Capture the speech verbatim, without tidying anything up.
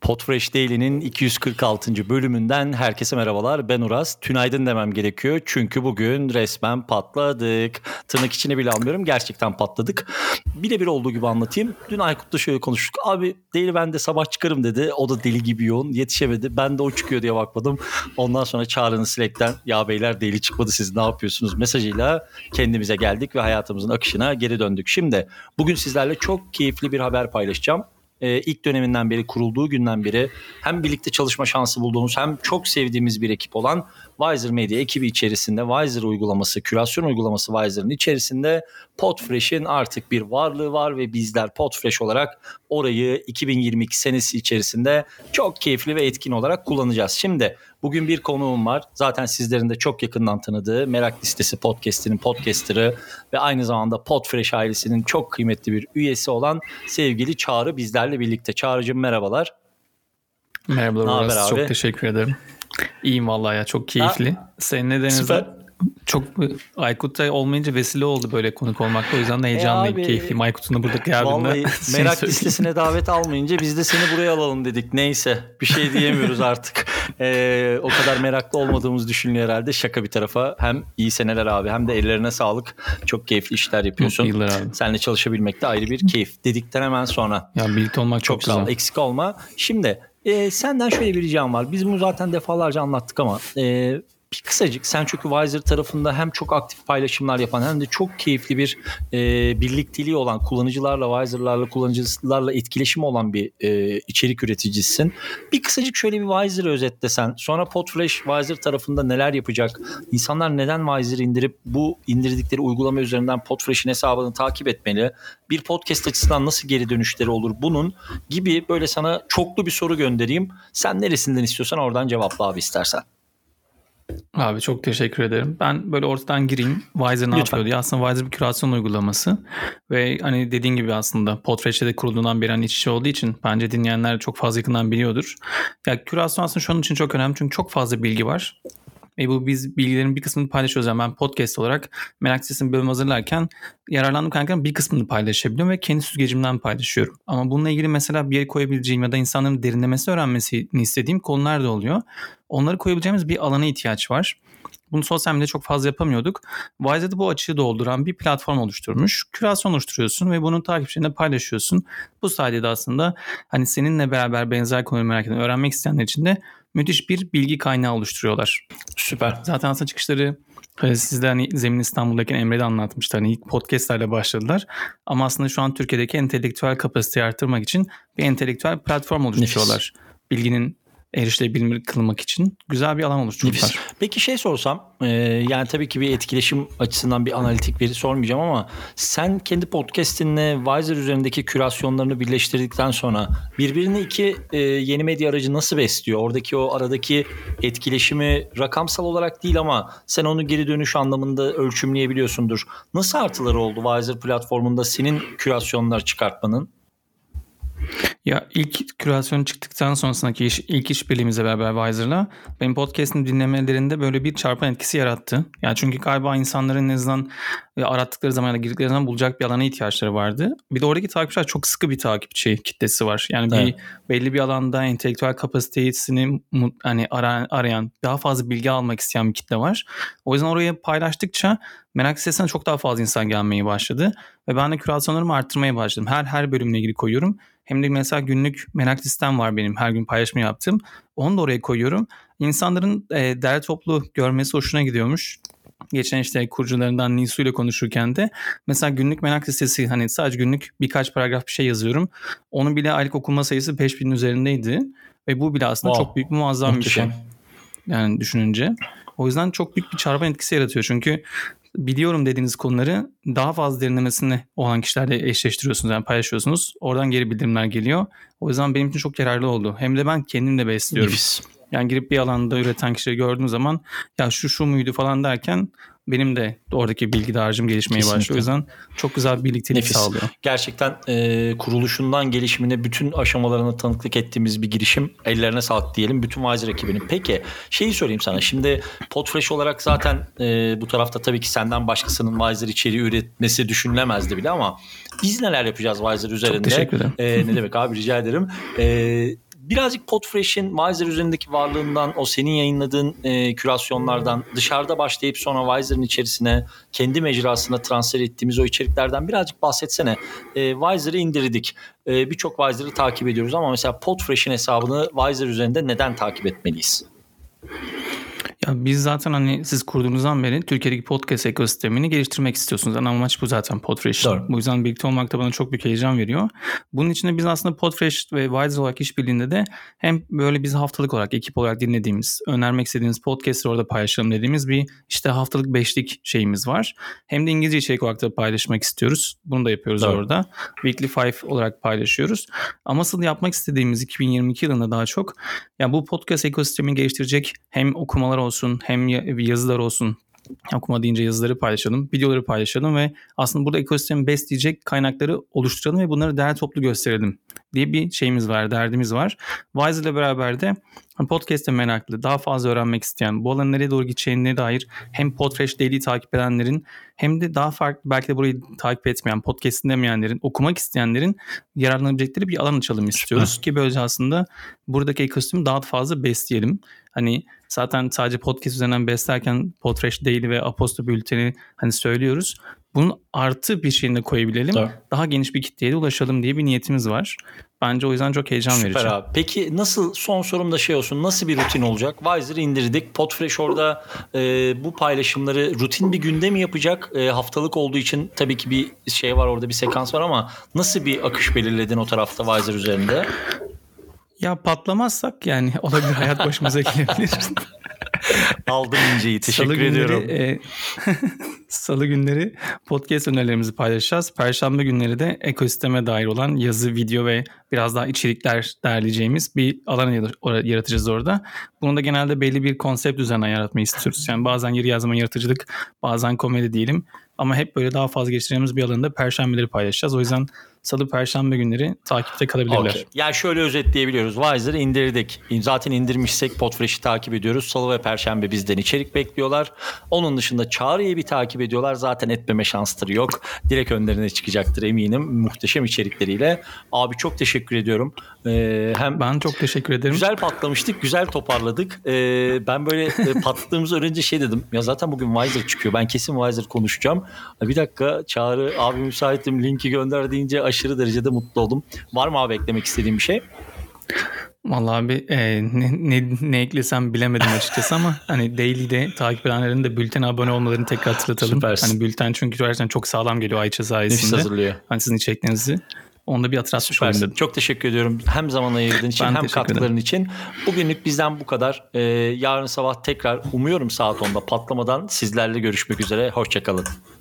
Podfresh Daily'nin iki yüz kırk altıncı bölümünden herkese merhabalar. Ben Uras. Tünaydın demem gerekiyor çünkü bugün resmen patladık. Tırnak içine bile almıyorum. Gerçekten patladık. Birebir olduğu gibi anlatayım. Dün Aykut'la şöyle konuştuk. Abi Daily ben de sabah çıkarım dedi. O da deli gibi yoğun. Yetişemedi. Ben de o çıkıyor diye bakmadım. Ondan sonra Çağrı'nın Slack'ten ya beyler Daily çıkmadı siz ne yapıyorsunuz mesajıyla kendimize geldik ve hayatımızın akışına geri döndük. Şimdi bugün sizlerle çok keyifli bir haber paylaşacağım. Ee, ilk döneminden beri, kurulduğu günden beri hem birlikte çalışma şansı bulduğumuz hem çok sevdiğimiz bir ekip olan Wiser Media ekibi içerisinde Wiser uygulaması, kürasyon uygulaması Wiser'ın içerisinde Podfresh'in artık bir varlığı var ve bizler Podfresh olarak orayı iki bin yirmi iki senesi içerisinde çok keyifli ve etkin olarak kullanacağız. Şimdi bugün bir konuğum var. Zaten sizlerin de çok yakından tanıdığı Merak Listesi Podcast'inin podcaster'ı ve aynı zamanda Podfresh ailesinin çok kıymetli bir üyesi olan sevgili Çağrı bizlerle birlikte. Çağrı'cığım merhabalar. Merhabalar Uras, çok teşekkür ederim. İyiyim vallahi ya, çok keyifli. Ha, seninle de çok Aykut'ta olmayınca vesile oldu böyle konuk olmakta. O yüzden de heyecanlıyım, e keyifliyim. Aykut'un da burada geldiğinde. Vallahi merak listesine davet almayınca biz de seni buraya alalım dedik. Neyse bir şey diyemiyoruz artık. Ee, o kadar meraklı olmadığımız düşünülüyor herhalde. Şaka bir tarafa. Hem iyi seneler abi hem de ellerine sağlık. Çok keyifli işler yapıyorsun. Yıllar abi. Seninle çalışabilmek de ayrı bir keyif. Dedikten hemen sonra. Ya birlikte olmak çok, çok sağ ol. Eksik olma. Şimdi e, senden şöyle bir ricam var. Biz bunu zaten defalarca anlattık ama... E, Bir kısacık sen çünkü Wiser tarafında hem çok aktif paylaşımlar yapan hem de çok keyifli bir e, birlikteliği olan kullanıcılarla, Wiser'larla, kullanıcılarla etkileşimi olan bir e, içerik üreticisisin. Bir kısacık şöyle bir Wiser'ı özetlesen, sonra Podfresh Wiser tarafında neler yapacak, insanlar neden Wiser'ı indirip bu indirdikleri uygulama üzerinden Podfresh'in hesabını takip etmeli, bir podcast açısından nasıl geri dönüşleri olur bunun gibi böyle sana çoklu bir soru göndereyim. Sen neresinden istiyorsan oradan cevapla abi istersen. Abi çok teşekkür ederim. Ben böyle ortadan gireyim. Wiser ne yapıyor diye. Aslında Wiser bir kürasyon uygulaması. Ve hani dediğin gibi aslında Podfresh'te de kurulduğundan beri hani iç içe olduğu için bence dinleyenler çok fazla yakından biliyordur. Ya kürasyon aslında şunun için çok önemli. Çünkü çok fazla bilgi var. Ve bu biz bilgilerin bir kısmını paylaşıyoruz. Yani ben podcast olarak Merak Listesi'nin bölüm hazırlarken yararlandığım kaynakların bir kısmını paylaşabiliyorum ve kendi süzgecimden paylaşıyorum. Ama bununla ilgili mesela bir yere koyabileceğim ya da insanların derinlemesine öğrenmesini istediğim konular da oluyor. Onları koyabileceğimiz bir alana ihtiyaç var. Bunu sosyal medyada çok fazla yapamıyorduk. Wiser'da bu açığı dolduran bir platform oluşturmuş. Kürasyon oluşturuyorsun ve bunu takipçilerine paylaşıyorsun. Bu sayede de aslında hani seninle beraber benzer konuyu merak eden, öğrenmek isteyenler için de müthiş bir bilgi kaynağı oluşturuyorlar. Süper. Zaten aslında çıkışları sizde hani Zemin İstanbul'daki Emre de anlatmıştı. Hani ilk podcastlerle başladılar. Ama aslında şu an Türkiye'deki entelektüel kapasiteyi arttırmak için bir entelektüel platform oluşturuyorlar. Nefis. Bilginin erişilebilir kılmak için güzel bir alan oluşturdular. Peki şey sorsam e, yani tabii ki bir etkileşim açısından bir analitik veri sormayacağım ama sen kendi podcast'inle Wiser üzerindeki kürasyonlarını birleştirdikten sonra birbirini iki e, yeni medya aracı nasıl besliyor? Oradaki o aradaki etkileşimi rakamsal olarak değil ama sen onu geri dönüş anlamında ölçümleyebiliyorsundur. Nasıl artıları oldu Wiser platformunda senin kürasyonlar çıkartmanın? Ya ilk kürasyon çıktıktan sonrasındaki iş, ilk işbirliğimizle beraber Wiser'la benim podcast'in dinlemelerinde böyle bir çarpan etkisi yarattı. Yani çünkü galiba insanların en azından arattıkları zaman ya da girdikleri zaman bulacak bir alana ihtiyaçları vardı. Bir de oradaki takipçiler çok sıkı bir takipçi kitlesi var. Yani evet. bir belli bir alanda entelektüel kapasitesini hani arayan, daha fazla bilgi almak isteyen bir kitle var. O yüzden oraya paylaştıkça merak listesine çok daha fazla insan gelmeye başladı. Ve ben de kürasyonlarımı arttırmaya başladım. Her her bölümle ilgili koyuyorum. Hem de mesela günlük merak listem var benim her gün paylaşma yaptığım. Onu da oraya koyuyorum. İnsanların e, derli toplu görmesi hoşuna gidiyormuş. Geçen işte kurucularından Nisu ile konuşurken de mesela günlük merak listesi hani sadece günlük birkaç paragraf bir şey yazıyorum. Onun bile aylık okuma sayısı beş binin üzerindeydi. Ve bu bile aslında wow. çok büyük muazzam Muhteşem. bir şey. Yani düşününce. O yüzden çok büyük bir çarpan etkisi yaratıyor. Çünkü biliyorum dediğiniz konuları daha fazla derinlemesine olan kişilerle eşleştiriyorsunuz. Yani paylaşıyorsunuz. Oradan geri bildirimler geliyor. O yüzden benim için çok yararlı oldu. Hem de ben kendim de besliyorum. Nefis. Yani girip bir alanda üreten kişileri gördüğüm zaman ya şu şu muydu falan derken benim de oradaki bilgi dağarcığım gelişmeye Kesinlikle. başlıyor. O yüzden çok güzel bir birliktelik Nefis. sağlıyor. Gerçekten e, kuruluşundan gelişimine bütün aşamalarına tanıklık ettiğimiz bir girişim. Ellerine sağlık diyelim bütün Wiser ekibinin. Peki şeyi sorayım sana. Şimdi Podfresh olarak zaten e, bu tarafta tabii ki senden başkasının Wiser içeriği üretmesi düşünülemezdi bile ama biz neler yapacağız Wiser üzerinde? Çok teşekkür ederim. E, ne demek abi rica ederim. E, Birazcık Podfresh'in Wiser üzerindeki varlığından, o senin yayınladığın e, kürasyonlardan, dışarıda başlayıp sonra Wiser'ın içerisine, kendi mecrasına transfer ettiğimiz o içeriklerden birazcık bahsetsene. E, Wiser'ı indirdik. E, birçok Wiser'ı takip ediyoruz ama mesela Podfresh'in hesabını Wiser üzerinde neden takip etmeliyiz? Ya biz zaten hani siz kurduğunuzdan beri Türkiye'deki podcast ekosistemini geliştirmek istiyorsunuz. Ana amaç bu zaten Podfresh'in. Bu yüzden birlikte olmak da bana çok büyük heyecan veriyor. Bunun için de biz aslında Podfresh ve Wiser olarak işbirliğinde de hem böyle biz haftalık olarak, ekip olarak dinlediğimiz, önermek istediğimiz podcast'ı orada paylaşalım dediğimiz bir işte haftalık beşlik şeyimiz var. Hem de İngilizce içerik olarak da paylaşmak istiyoruz. Bunu da yapıyoruz Doğru. orada. Weekly Five olarak paylaşıyoruz. Ama asıl yapmak istediğimiz iki bin yirmi iki yılında daha çok ya bu podcast ekosistemini geliştirecek hem okumalar olsun hem yazılar olsun. Okuma deyince yazıları paylaşalım, videoları paylaşalım ve aslında burada ekosistemi besleyecek kaynakları oluşturalım ve bunları değer toplu gösterelim diye bir şeyimiz var, derdimiz var. Wiser ile beraber de podcast'e meraklı, daha fazla öğrenmek isteyen, bu alanın nereye doğru gideceğine dair hem Podfresh Daily'yi takip edenlerin hem de daha farklı belki de burayı takip etmeyen, podcast'in demeyenlerin, okumak isteyenlerin yararlanabilecekleri bir alan açalım istiyoruz ki böylece aslında buradaki ekosistemi daha fazla besleyelim. Hani zaten sadece podcast üzerinden beslerken Podfresh Daily ve Aposto Bülten'i hani söylüyoruz. Bunun artı bir şeyini de koyabilelim. Tabii. Daha geniş bir kitleye de ulaşalım diye bir niyetimiz var. Bence o yüzden çok heyecan verici. Süper abi. Peki nasıl, son sorum da şey olsun, nasıl bir rutin olacak? Wiser'ı indirdik. Podfresh orada e, bu paylaşımları rutin bir günde mi yapacak? E, haftalık olduğu için tabii ki bir şey var orada, bir sekans var ama nasıl bir akış belirledin o tarafta Wiser üzerinde? Ya patlamazsak yani olabilir, hayat başımıza gelebilir. Aldım inceyi. Teşekkür Salı ediyorum. Günleri, e, Salı günleri podcast önerilerimizi paylaşacağız. Perşembe günleri de ekosisteme dair olan yazı, video ve biraz daha içerikler derleyeceğimiz bir alan yaratacağız orada. Bunu da genelde belli bir konsept üzerinden yaratmayı istiyoruz. Yani bazen yeri yazma, yaratıcılık, bazen komedi diyelim. Ama hep böyle daha fazla geçireceğimiz bir alanda perşembeleri paylaşacağız. O yüzden Salı, Perşembe günleri takipte kalabilirler. Okay. Yani şöyle özetleyebiliyoruz. Wiser'ı indirdik. Zaten indirmişsek Podfresh'i takip ediyoruz. Salı ve Perşembe bizden içerik bekliyorlar. Onun dışında Çağrı'yı bir takip ediyorlar. Zaten etmeme şansları yok. Direkt önlerine çıkacaktır eminim. Muhteşem içerikleriyle. Abi çok teşekkür ediyorum. Ee, hem ben çok teşekkür ederim. Güzel patlamıştık. Güzel toparladık. Ee, ben böyle patladığımızı öğrenince şey dedim. Ya zaten bugün Wiser çıkıyor. Ben kesin Wiser konuşacağım. Bir dakika, Çağrı abi müsaitim, linki gönder deyince aşırı derecede mutlu oldum. Var mı abi eklemek istediğim bir şey? Vallahi abi e, ne, ne, ne eklesem bilemedim açıkçası ama hani Daily'de takip edenlerin de bültene abone olmalarını tekrar hatırlatalım. Süpersin. Hani bülten çünkü gerçekten çok sağlam geliyor Ayça sayesinde. Nefis hazırlıyor. Hani sizin içeriklerinizi. Onu da bir hatırlatmış olayım dedim. Çok teşekkür ediyorum. Hem zaman ayırdığın için ben hem katkıların ederim. için. Bugünlük bizden bu kadar. Ee, yarın sabah tekrar umuyorum saat onda patlamadan sizlerle görüşmek üzere. Hoşça kalın.